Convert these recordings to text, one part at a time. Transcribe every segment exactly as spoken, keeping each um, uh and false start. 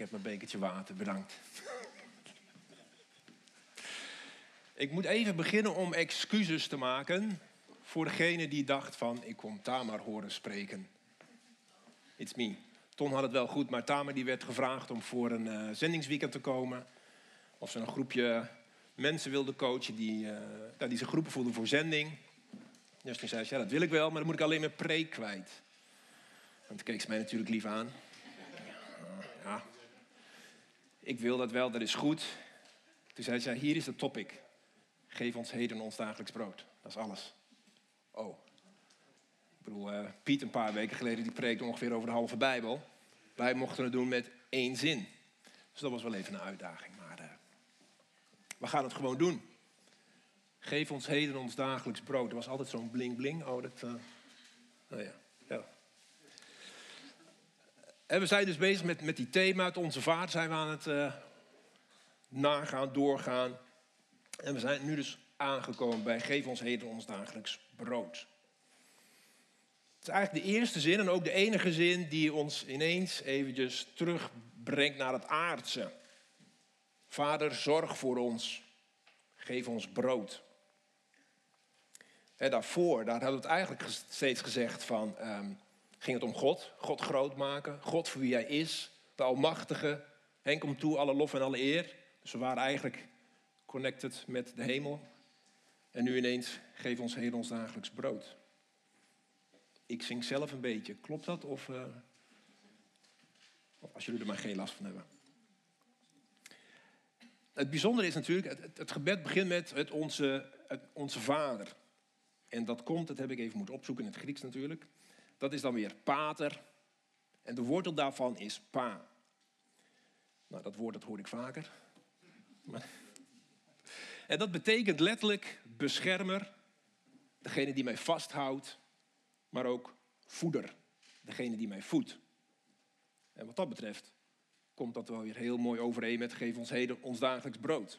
heb mijn bekertje water, bedankt. Ik moet even beginnen om excuses te maken voor degene die dacht van, ik kom Tamar horen spreken. It's me. Ton had het wel goed, maar Tamar die werd gevraagd om voor een uh, zendingsweekend te komen. Of ze een groepje mensen wilde coachen die, uh, nou, die zich geroepen voelden voor zending. Dus toen zei ze, ja, dat wil ik wel, maar dan moet ik alleen mijn preek kwijt. En toen keek ze mij natuurlijk lief aan. Ja, ik wil dat wel, dat is goed. Toen zei ze, ja, hier is de topic. Geef ons heden ons dagelijks brood. Dat is alles. Oh. Ik bedoel, uh, Piet een paar weken geleden, die preekte ongeveer over de halve Bijbel. Wij mochten het doen met één zin. Dus dat was wel even een uitdaging. Maar uh, we gaan het gewoon doen. Geef ons heden ons dagelijks brood. Er was altijd zo'n bling bling. Oh, dat... Uh... Nou ja, ja. En we zijn dus bezig met, met die thema. Uit onze vaart zijn we aan het uh, nagaan, doorgaan. En we zijn nu dus aangekomen bij geef ons heden ons dagelijks brood. Het is eigenlijk de eerste zin en ook de enige zin die ons ineens eventjes terugbrengt naar het aardse. Vader, zorg voor ons. Geef ons brood. En daarvoor, daar hadden we het eigenlijk steeds gezegd van, um, ging het om God. God groot maken. God voor wie hij is. De Almachtige. Hem komt toe alle lof en alle eer. Dus we waren eigenlijk connected met de hemel. En nu ineens, geef ons heden ons dagelijks brood. Ik zing zelf een beetje. Klopt dat? Of, uh, of als jullie er maar geen last van hebben. Het bijzondere is natuurlijk, het, het gebed begint met het onze, het onze Vader. En dat komt, dat heb ik even moeten opzoeken in het Grieks natuurlijk. Dat is dan weer pater. En de wortel daarvan is pa. Nou, dat woord dat hoor ik vaker. Maar... En dat betekent letterlijk beschermer, degene die mij vasthoudt, maar ook voeder, degene die mij voedt. En wat dat betreft komt dat wel weer heel mooi overeen met geef ons heden ons dagelijks brood.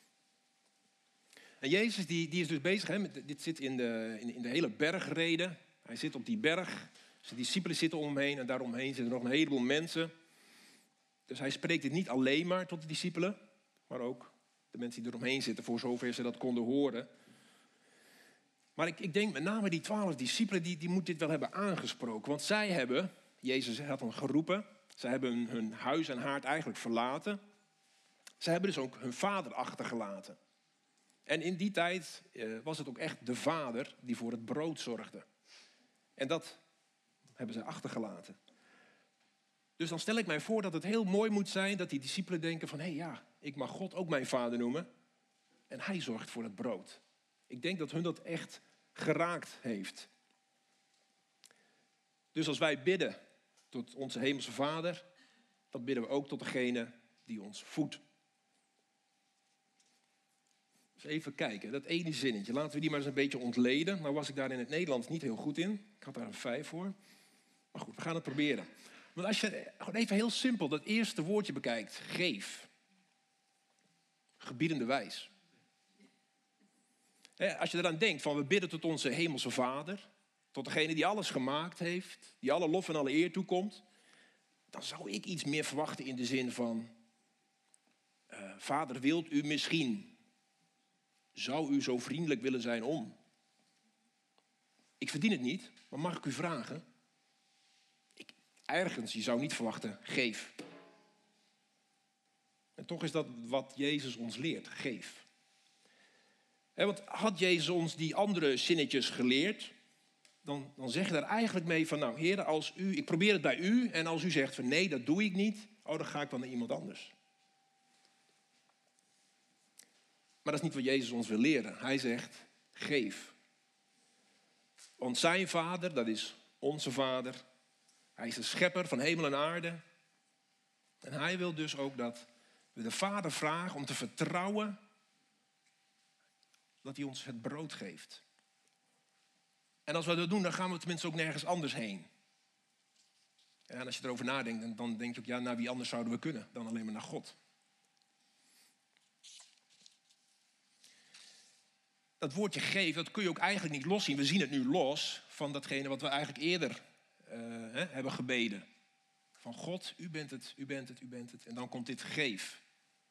En Jezus die, die is dus bezig, hè, met, dit zit in de, in, in de hele bergreden. Hij zit op die berg, zijn discipelen zitten om hem heen en daaromheen zitten nog een heleboel mensen. Dus hij spreekt dit niet alleen maar tot de discipelen, maar ook de mensen die eromheen zitten, voor zover ze dat konden horen. Maar ik, ik denk met name die twaalf discipelen, die, die moeten dit wel hebben aangesproken. Want zij hebben, Jezus had hen geroepen, zij hebben hun, hun huis en haard eigenlijk verlaten. Zij hebben dus ook hun vader achtergelaten. En in die tijd uh, was het ook echt de vader die voor het brood zorgde. En dat hebben ze achtergelaten. Dus dan stel ik mij voor dat het heel mooi moet zijn dat die discipelen denken van, hé hey, ja, ik mag God ook mijn vader noemen. En hij zorgt voor het brood. Ik denk dat hun dat echt geraakt heeft. Dus als wij bidden tot onze hemelse Vader, dan bidden we ook tot degene die ons voedt. Dus even kijken, dat ene zinnetje, laten we die maar eens een beetje ontleden. Nou was ik daar in het Nederlands niet heel goed in. Ik had daar een vijf voor. Maar goed, we gaan het proberen. Want als je gewoon even heel simpel dat eerste woordje bekijkt, geef. Gebiedende wijs. Als je eraan denkt van we bidden tot onze hemelse Vader, tot degene die alles gemaakt heeft, die alle lof en alle eer toekomt, dan zou ik iets meer verwachten in de zin van, uh, Vader, wilt u misschien, zou u zo vriendelijk willen zijn om? Ik verdien het niet, maar mag ik u vragen? Ik, ergens, je zou niet verwachten, geef. En toch is dat wat Jezus ons leert, geef. He, want had Jezus ons die andere zinnetjes geleerd, dan, dan zeg je daar eigenlijk mee van, nou Heer, als u, ik probeer het bij u en als u zegt van nee, dat doe ik niet, oh, dan ga ik wel naar iemand anders. Maar dat is niet wat Jezus ons wil leren. Hij zegt, geef. Want zijn Vader, dat is onze Vader, hij is de schepper van hemel en aarde. En hij wil dus ook dat we de Vader vragen om te vertrouwen dat hij ons het brood geeft. En als we dat doen, dan gaan we tenminste ook nergens anders heen. En als je erover nadenkt, dan denk je ook, ja, naar wie anders zouden we kunnen dan alleen maar naar God. Dat woordje geven, dat kun je ook eigenlijk niet loszien. We zien het nu los van datgene wat we eigenlijk eerder uh, hè, hebben gebeden. Van God, u bent het, u bent het, u bent het. En dan komt dit geef.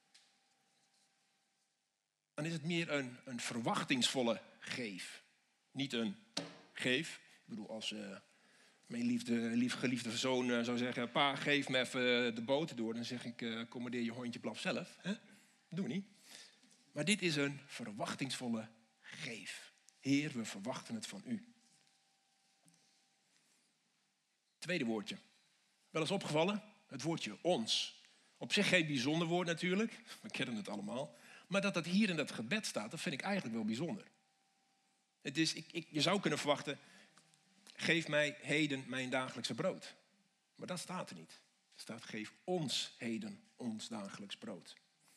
Dan is het meer een, een verwachtingsvolle geef. Niet een geef. Ik bedoel, als uh, mijn liefde, lief, geliefde zoon uh, zou zeggen... pa, geef me even de boter door. Dan zeg ik, uh, commandeer je hondje, blaf zelf. Hè? Doe niet. Maar dit is een verwachtingsvolle geef. Heer, we verwachten het van u. Tweede woordje. Wel eens opgevallen? Het woordje ons. Op zich geen bijzonder woord natuurlijk. We kennen het allemaal. Maar dat dat hier in dat gebed staat, dat vind ik eigenlijk wel bijzonder. Het is, ik, ik, je zou kunnen verwachten, geef mij heden mijn dagelijkse brood. Maar dat staat er niet. Er staat, geef ons heden ons dagelijks brood.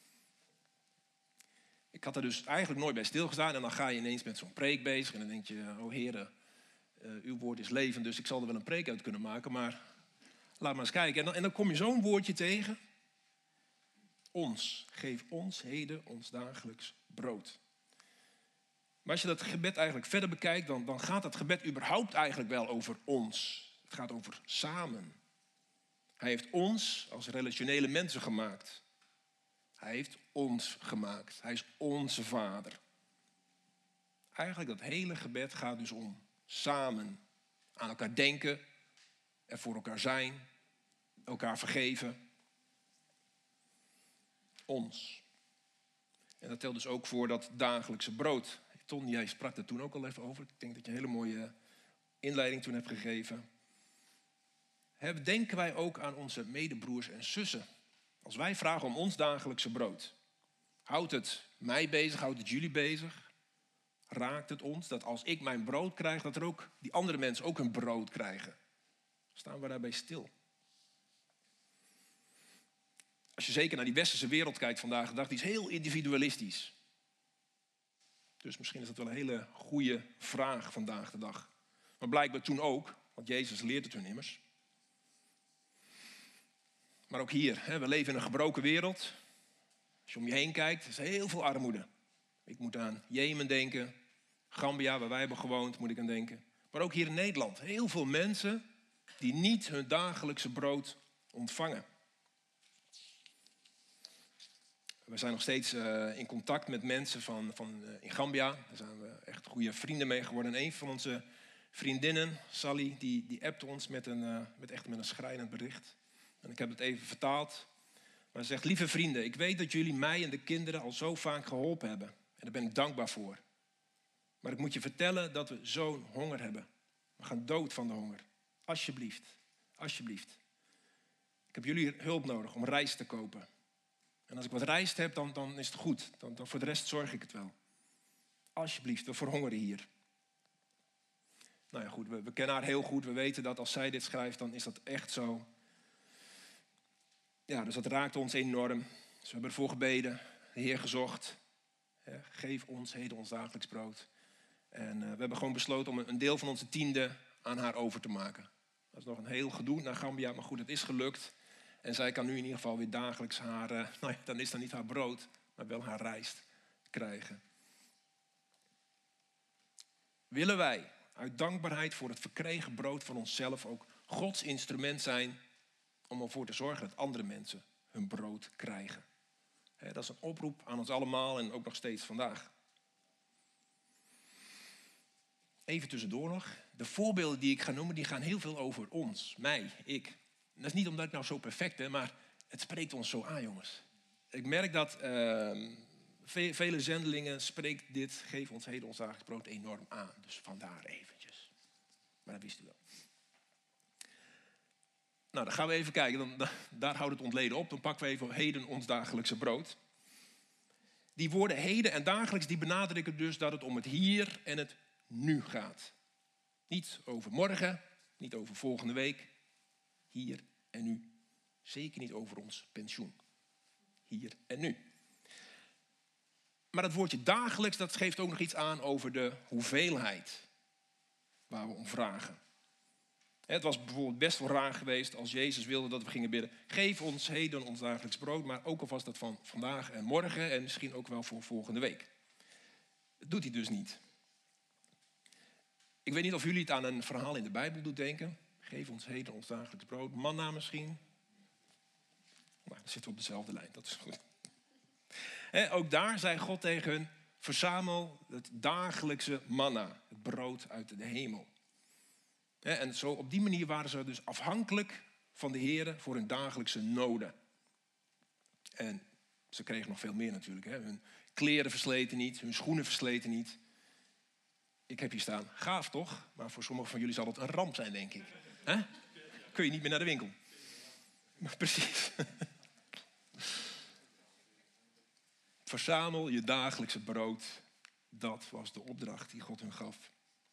Ik had er dus eigenlijk nooit bij stilgestaan. En dan ga je ineens met zo'n preek bezig. En dan denk je, oh Heere, uh, uw woord is leven, dus ik zal er wel een preek uit kunnen maken. Maar laat maar eens kijken. En dan, en dan kom je zo'n woordje tegen. Ons. Geef ons heden ons dagelijks brood. Maar als je dat gebed eigenlijk verder bekijkt, dan, dan gaat dat gebed überhaupt eigenlijk wel over ons. Het gaat over samen. Hij heeft ons als relationele mensen gemaakt. Hij heeft ons gemaakt. Hij is onze vader. Eigenlijk dat hele gebed gaat dus om samen aan elkaar denken, er voor elkaar zijn, elkaar vergeven. Ons. En dat telt dus ook voor dat dagelijkse brood. Ton, jij sprak er toen ook al even over. Ik denk dat je een hele mooie inleiding toen hebt gegeven. Denken wij ook aan onze medebroers en zussen? Als wij vragen om ons dagelijkse brood. Houdt het mij bezig, houdt het jullie bezig? Raakt het ons dat als ik mijn brood krijg, dat er ook die andere mensen ook hun brood krijgen? Staan we daarbij stil? Als je zeker naar die westerse wereld kijkt vandaag de dag, die is heel individualistisch. Dus misschien is dat wel een hele goede vraag vandaag de dag. Maar blijkbaar toen ook, want Jezus leert het hun immers. Maar ook hier, hè, we leven in een gebroken wereld. Als je om je heen kijkt, is er heel veel armoede. Ik moet aan Jemen denken, Gambia, waar wij hebben gewoond, moet ik aan denken. Maar ook hier in Nederland, heel veel mensen die niet hun dagelijkse brood ontvangen. We zijn nog steeds uh, in contact met mensen van, van, uh, in Gambia. Daar zijn we echt goede vrienden mee geworden. En een van onze vriendinnen, Sally, die, die appte ons met een, uh, met echt met een schrijnend bericht. En ik heb het even vertaald. Maar ze zegt, lieve vrienden, ik weet dat jullie mij en de kinderen al zo vaak geholpen hebben. En daar ben ik dankbaar voor. Maar ik moet je vertellen dat we zo'n honger hebben. We gaan dood van de honger. Alsjeblieft, alsjeblieft. Ik heb jullie hulp nodig om rijst te kopen. En als ik wat rijst heb, dan, dan is het goed. Dan, dan voor de rest zorg ik het wel. Alsjeblieft, we verhongeren hier. Nou ja, goed, we, we kennen haar heel goed. We weten dat als zij dit schrijft, dan is dat echt zo. Ja, dus dat raakt ons enorm. Dus we hebben ervoor gebeden, de Heer gezocht. Ja, geef ons heden ons dagelijks brood. En uh, we hebben gewoon besloten om een, een deel van onze tiende aan haar over te maken. Dat is nog een heel gedoe naar Gambia, maar goed, het is gelukt. En zij kan nu in ieder geval weer dagelijks haar, uh, nou ja, dan is dan niet haar brood, maar wel haar rijst krijgen. Willen wij uit dankbaarheid voor het verkregen brood van onszelf ook Gods instrument zijn om ervoor te zorgen dat andere mensen hun brood krijgen? He, dat is een oproep aan ons allemaal en ook nog steeds vandaag. Even tussendoor nog. De voorbeelden die ik ga noemen, die gaan heel veel over ons, mij, ik. En dat is niet omdat ik nou zo perfect ben, maar het spreekt ons zo aan, jongens. Ik merk dat uh, ve- vele zendelingen spreekt dit, geef ons heden ons dagelijks brood, enorm aan. Dus vandaar eventjes. Maar dat wist u wel. Nou, dan gaan we even kijken. Dan, dan, daar houdt het ontleden op. Dan pakken we even heden ons dagelijkse brood. Die woorden heden en dagelijks, die benadrukken dus dat het om het hier en het nu gaat. Niet over morgen, niet over volgende week. Hier en nu. Zeker niet over ons pensioen. Hier en nu. Maar dat woordje dagelijks, dat geeft ook nog iets aan over de hoeveelheid waar we om vragen. Het was bijvoorbeeld best wel raar geweest als Jezus wilde dat we gingen bidden. Geef ons heden ons dagelijks brood, maar ook al was dat van vandaag en morgen en misschien ook wel voor volgende week. Dat doet hij dus niet. Ik weet niet of jullie het aan een verhaal in de Bijbel doet denken. Geef ons heden ons dagelijks brood. Manna misschien. Nou, dan zitten we op dezelfde lijn, dat is goed. He, ook daar zei God tegen hun, verzamel het dagelijkse manna, het brood uit de hemel. He, en zo op die manier waren ze dus afhankelijk van de Heer voor hun dagelijkse noden. En ze kregen nog veel meer natuurlijk. He. Hun kleren versleten niet, hun schoenen versleten niet. Ik heb hier staan, gaaf toch? Maar voor sommigen van jullie zal het een ramp zijn, denk ik. He? Kun je niet meer naar de winkel. Precies. Verzamel je dagelijkse brood. Dat was de opdracht die God hun gaf.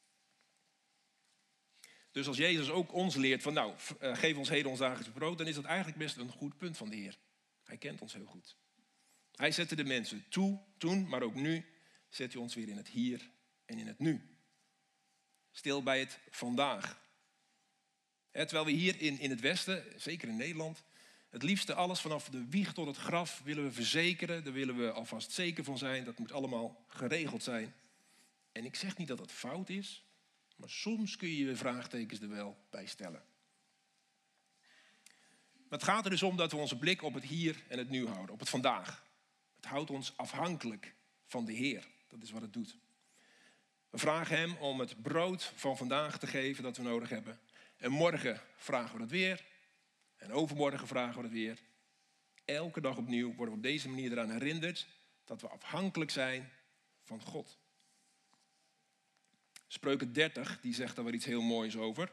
Dus als Jezus ook ons leert van nou, geef ons heden ons dagelijkse brood, dan is dat eigenlijk best een goed punt van de Heer. Hij kent ons heel goed. Hij zette de mensen toe, toen, maar ook nu zet hij ons weer in het hier en in het nu. Stil bij het vandaag. He, terwijl we hier in, in het Westen, zeker in Nederland, het liefste alles vanaf de wieg tot het graf willen we verzekeren. Daar willen we alvast zeker van zijn. Dat moet allemaal geregeld zijn. En ik zeg niet dat het fout is, maar soms kun je je vraagtekens er wel bij stellen. Maar het gaat er dus om dat we onze blik op het hier en het nu houden, op het vandaag. Het houdt ons afhankelijk van de Heer. Dat is wat het doet. We vragen hem om het brood van vandaag te geven dat we nodig hebben. En morgen vragen we dat weer. En overmorgen vragen we dat weer. Elke dag opnieuw worden we op deze manier eraan herinnerd dat we afhankelijk zijn van God. Spreuken dertig, die zegt daar weer iets heel moois over.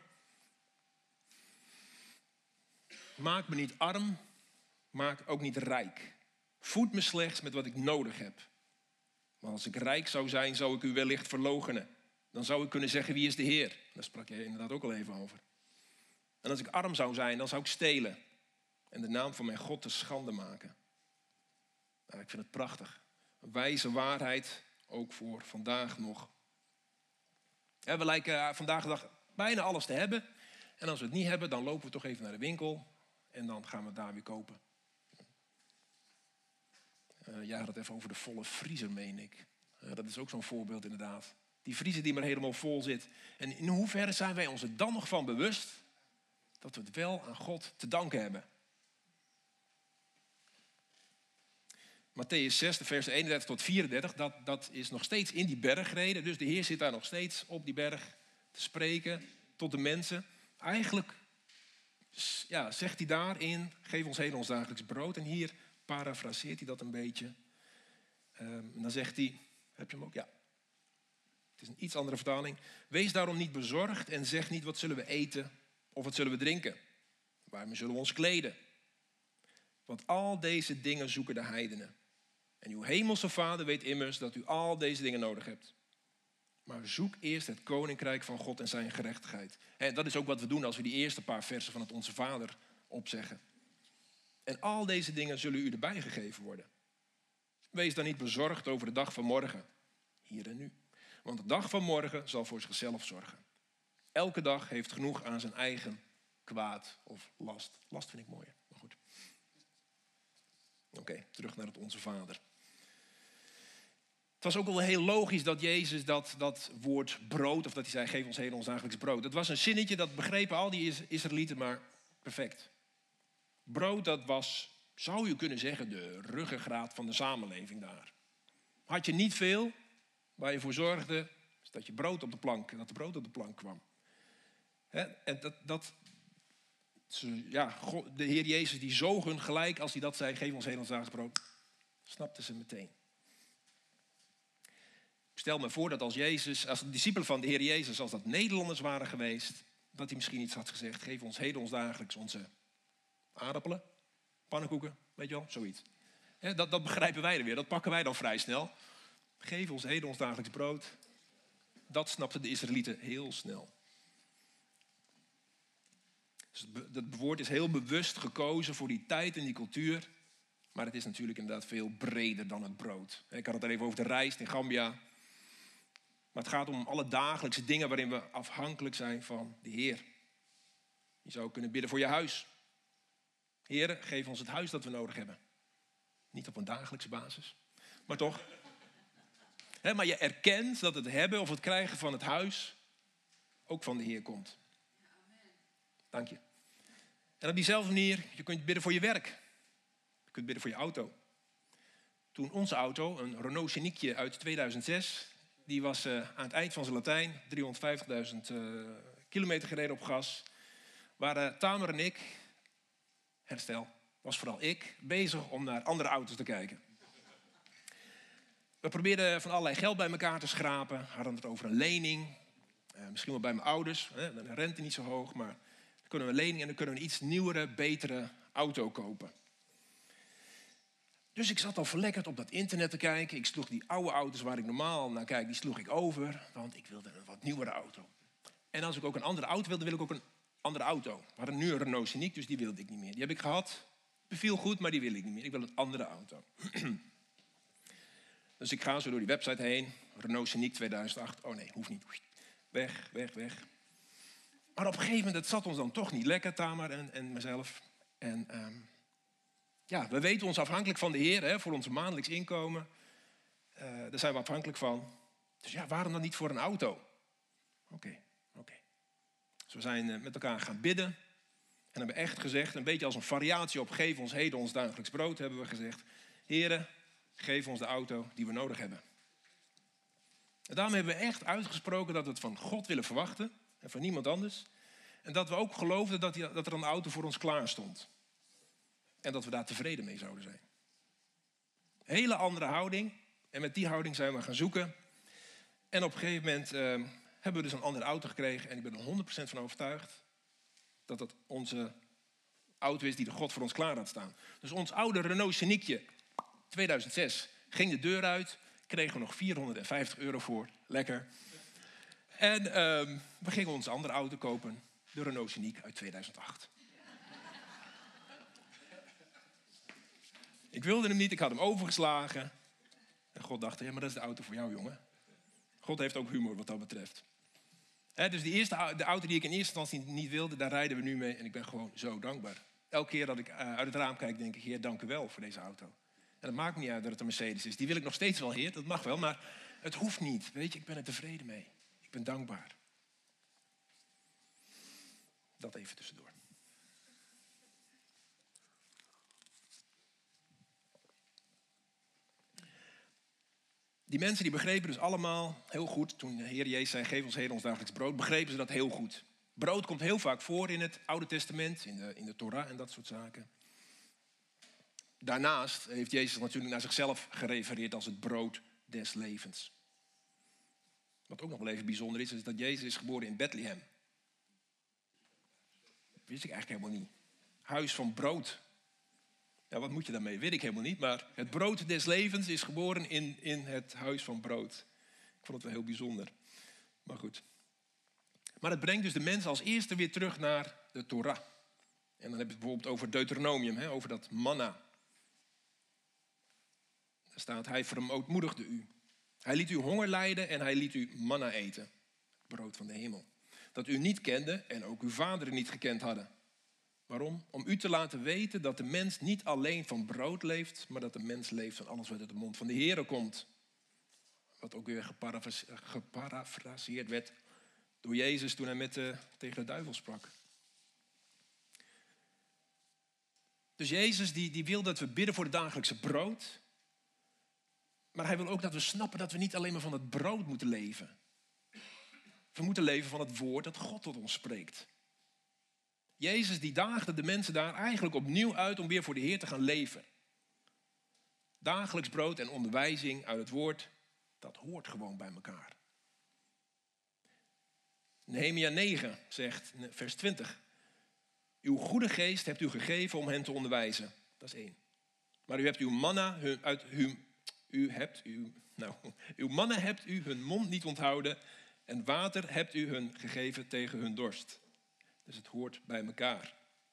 Maak me niet arm, maak ook niet rijk. Voed me slechts met wat ik nodig heb. Maar als ik rijk zou zijn, zou ik u wellicht verloochenen. Dan zou ik kunnen zeggen, wie is de Heer? Daar sprak je inderdaad ook al even over. En als ik arm zou zijn, dan zou ik stelen. En de naam van mijn God te schande maken. Nou, ik vind het prachtig. Een wijze waarheid, ook voor vandaag nog. Ja, we lijken vandaag de dag bijna alles te hebben. En als we het niet hebben, dan lopen we toch even naar de winkel. En dan gaan we het daar weer kopen. Uh, jij had het even over de volle vriezer, meen ik. Uh, dat is ook zo'n voorbeeld inderdaad. Die vriezer die maar helemaal vol zit. En in hoeverre zijn wij ons er dan nog van bewust dat we het wel aan God te danken hebben? Mattheüs zes, de versen eenendertig tot vierendertig, dat, dat is nog steeds in die bergreden. Dus de Heer zit daar nog steeds op die berg te spreken tot de mensen. Eigenlijk ja, zegt hij daarin, geef ons heden ons dagelijks brood. En hier parafraseert hij dat een beetje. Um, en dan zegt hij, heb je hem ook? Ja. Het is een iets andere vertaling. Wees daarom niet bezorgd en zeg niet wat zullen we eten of wat zullen we drinken. Waarmee zullen we ons kleden? Want al deze dingen zoeken de heidenen. En uw hemelse Vader weet immers dat u al deze dingen nodig hebt. Maar zoek eerst het koninkrijk van God en zijn gerechtigheid. En dat is ook wat we doen als we die eerste paar versen van het Onze Vader opzeggen. En al deze dingen zullen u erbij gegeven worden. Wees dan niet bezorgd over de dag van morgen. Hier en nu. Want de dag van morgen zal voor zichzelf zorgen. Elke dag heeft genoeg aan zijn eigen kwaad of last. Last vind ik mooier, maar goed. Oké, okay, terug naar het Onze Vader. Het was ook wel heel logisch dat Jezus dat, dat woord brood, of dat hij zei, geef ons heden ons dagelijks brood. Dat was een zinnetje, dat begrepen al die Israëlieten maar perfect. Brood, dat was, zou je kunnen zeggen, de ruggengraat van de samenleving daar. Had je niet veel, waar je voor zorgde, is dat je brood op de plank, dat de brood op de plank kwam. He, en dat, dat ja, de Heer Jezus die zoog hun gelijk als hij dat zei, geef ons heden ons dagelijks brood, snapten ze meteen. Ik stel me voor dat als Jezus, als de discipelen van de Heer Jezus, als dat Nederlanders waren geweest, dat hij misschien iets had gezegd, geef ons heden ons dagelijks onze aardappelen, pannenkoeken, weet je wel, zoiets. He, dat, dat begrijpen wij er weer, dat pakken wij dan vrij snel. Geef ons heden ons dagelijks brood. Dat snapten de Israëlieten heel snel. Dus dat woord is heel bewust gekozen voor die tijd en die cultuur. Maar het is natuurlijk inderdaad veel breder dan het brood. Ik had het er even over de rijst in Gambia. Maar het gaat om alle dagelijkse dingen waarin we afhankelijk zijn van de Heer. Je zou kunnen bidden voor je huis. Heer, geef ons het huis dat we nodig hebben. Niet op een dagelijkse basis, maar toch. He, maar je erkent dat het hebben of het krijgen van het huis ook van de Heer komt. Dank je. En op diezelfde manier, je kunt bidden voor je werk. Je kunt bidden voor je auto. Toen onze auto, een Renault Scenic uit tweeduizend zes... die was uh, aan het eind van zijn Latijn, driehonderdvijftigduizend uh, kilometer gereden op gas... waren Tamer en ik, herstel, was vooral ik, bezig om naar andere auto's te kijken. We probeerden van allerlei geld bij elkaar te schrapen. We hadden het over een lening. Uh, misschien wel bij mijn ouders. Hè, dan de rente niet zo hoog, maar dan kunnen we een lening en dan kunnen we een iets nieuwere, betere auto kopen. Dus ik zat al verlekkerd op dat internet te kijken. Ik sloeg die oude auto's waar ik normaal naar kijk, die sloeg ik over. Want ik wilde een wat nieuwere auto. En als ik ook een andere auto wilde, wil ik ook een andere auto. We hadden nu een Renault Scenic, dus die wilde ik niet meer. Die heb ik gehad. Beviel goed, maar die wil ik niet meer. Ik wil een andere auto. Dus ik ga zo door die website heen. Renault Scenic tweeduizend acht. Oh nee, hoeft niet. Weg, weg, weg. Maar op een gegeven moment, het zat ons dan toch niet lekker, Tamar en, en mezelf. En um, ja, we weten ons afhankelijk van de Heer, hè, voor ons maandelijks inkomen. Uh, daar zijn we afhankelijk van. Dus ja, waarom dan niet voor een auto? Oké, okay, oké. Okay. Dus we zijn uh, met elkaar gaan bidden. En hebben echt gezegd, een beetje als een variatie op geef ons heden ons dagelijks brood, hebben we gezegd, Heere, geef ons de auto die we nodig hebben. En daarom hebben we echt uitgesproken dat we het van God willen verwachten. En van niemand anders. En dat we ook geloofden dat, die, dat er een auto voor ons klaar stond. En dat we daar tevreden mee zouden zijn. Hele andere houding. En met die houding zijn we gaan zoeken. En op een gegeven moment uh, hebben we dus een andere auto gekregen. En ik ben er honderd procent van overtuigd dat dat onze auto is die de God voor ons klaar had staan. Dus ons oude Renault Scenic tweeduizend zes ging de deur uit. Kregen we nog vierhonderdvijftig euro voor. Lekker. En uh, we gingen onze andere auto kopen. De Renault Scenic uit tweeduizend acht. Ik wilde hem niet, ik had hem overgeslagen. En God dacht, ja, maar dat is de auto voor jou, jongen. God heeft ook humor wat dat betreft. He, dus die eerste, de auto die ik in eerste instantie niet wilde, daar rijden we nu mee. En ik ben gewoon zo dankbaar. Elke keer dat ik uh, uit het raam kijk, denk ik, Heer, dank u wel voor deze auto. En het maakt me niet uit dat het een Mercedes is. Die wil ik nog steeds wel, Heer, dat mag wel. Maar het hoeft niet, weet je, ik ben er tevreden mee. Ik ben dankbaar. Dat even tussendoor. Die mensen die begrepen dus allemaal heel goed, toen de Heer Jezus zei, geef ons heden ons dagelijks brood, begrepen ze dat heel goed. Brood komt heel vaak voor in het Oude Testament, in de, in de Torah en dat soort zaken. Daarnaast heeft Jezus natuurlijk naar zichzelf gerefereerd als het brood des levens. Wat ook nog wel even bijzonder is, is dat Jezus is geboren in Bethlehem. Dat wist ik eigenlijk helemaal niet. Huis van brood. Ja, wat moet je daarmee? Weet ik helemaal niet. Maar het brood des levens is geboren in, in het huis van brood. Ik vond het wel heel bijzonder. Maar goed. Maar het brengt dus de mensen als eerste weer terug naar de Torah. En dan heb je het bijvoorbeeld over Deuteronomium, hè, over dat manna. Daar staat, hij verootmoedigde u. Hij liet u honger lijden en hij liet u manna eten. Het brood van de hemel. Dat u niet kende en ook uw vaderen niet gekend hadden. Waarom? Om u te laten weten dat de mens niet alleen van brood leeft, maar dat de mens leeft van alles wat uit de mond van de Heere komt. Wat ook weer geparafraseerd werd door Jezus toen hij met de, tegen de duivel sprak. Dus Jezus die, die wil dat we bidden voor het dagelijkse brood. Maar hij wil ook dat we snappen dat we niet alleen maar van het brood moeten leven. We moeten leven van het woord dat God tot ons spreekt. Jezus die daagde de mensen daar eigenlijk opnieuw uit om weer voor de Heer te gaan leven. Dagelijks brood en onderwijzing uit het woord, dat hoort gewoon bij elkaar. Nehemia negen zegt, vers twintig. Uw goede geest hebt u gegeven om hen te onderwijzen. Dat is één. Maar u hebt uw manna uit uw, u hebt uw, nou, uw manna hebt u hun mond niet onthouden en water hebt u hun gegeven tegen hun dorst. Dus het hoort bij elkaar.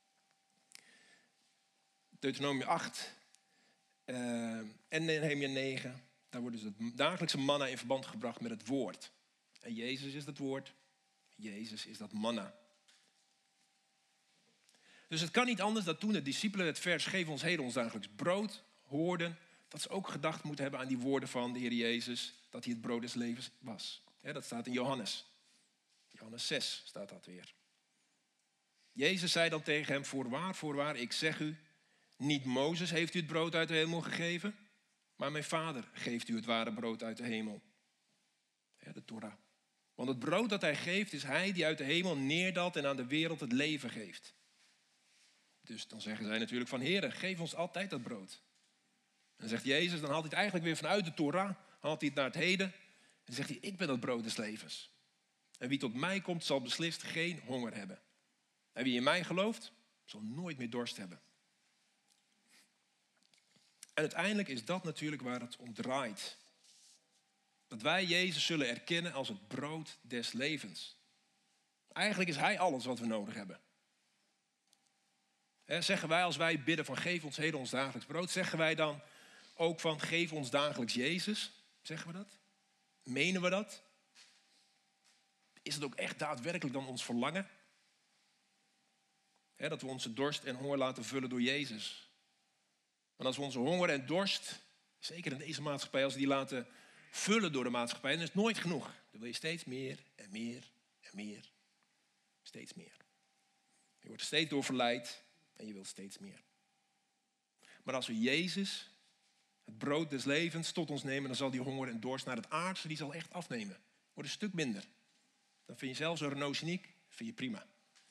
Deuteronomium acht uh, en Nehemia negen. Daar wordt dus het dagelijkse manna in verband gebracht met het woord. En Jezus is dat woord. Jezus is dat manna. Dus het kan niet anders dat toen de discipelen het vers geef ons heden ons dagelijks brood hoorden, dat ze ook gedacht moeten hebben aan die woorden van de Heer Jezus, dat hij het brood des levens was. Ja, dat staat in Johannes. Johannes zes staat dat weer. Jezus zei dan tegen hem, voorwaar, voorwaar, ik zeg u, niet Mozes heeft u het brood uit de hemel gegeven, maar mijn Vader geeft u het ware brood uit de hemel. Ja, de Torah. Want het brood dat hij geeft is hij die uit de hemel neerdaalt en aan de wereld het leven geeft. Dus dan zeggen zij natuurlijk van, Heere, geef ons altijd dat brood. En dan zegt Jezus, dan haalt hij het eigenlijk weer vanuit de Torah, haalt hij het naar het heden. En dan zegt hij, ik ben het brood des levens. En wie tot mij komt, zal beslist geen honger hebben. En wie in mij gelooft, zal nooit meer dorst hebben. En uiteindelijk is dat natuurlijk waar het om draait. Dat wij Jezus zullen erkennen als het brood des levens. Eigenlijk is hij alles wat we nodig hebben. He, zeggen wij als wij bidden van geef ons heden ons dagelijks brood, zeggen wij dan ook van geef ons dagelijks Jezus? Zeggen we dat? Menen we dat? Is het ook echt daadwerkelijk dan ons verlangen? He, dat we onze dorst en honger laten vullen door Jezus. Want als we onze honger en dorst, zeker in deze maatschappij, als we die laten vullen door de maatschappij, dan is het nooit genoeg. Dan wil je steeds meer en meer en meer. Steeds meer. Je wordt er steeds door verleid en je wilt steeds meer. Maar als we Jezus, het brood des levens, tot ons nemen, dan zal die honger en dorst naar het aardse, die zal echt afnemen. Wordt een stuk minder. Dan vind je zelfs een Renault Scenic, vind je prima.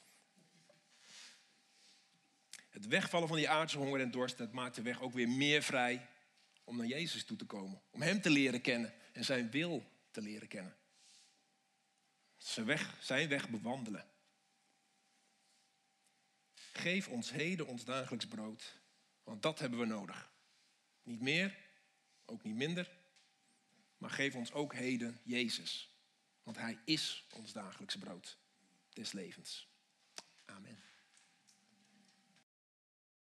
Het wegvallen van die aardse honger en dorst, dat maakt de weg ook weer meer vrij om naar Jezus toe te komen. Om hem te leren kennen en zijn wil te leren kennen. Zijn weg, zijn weg bewandelen. Geef ons heden ons dagelijks brood, want dat hebben we nodig. Niet meer, ook niet minder, maar geef ons ook heden Jezus. Want hij is ons dagelijks brood des levens. Amen.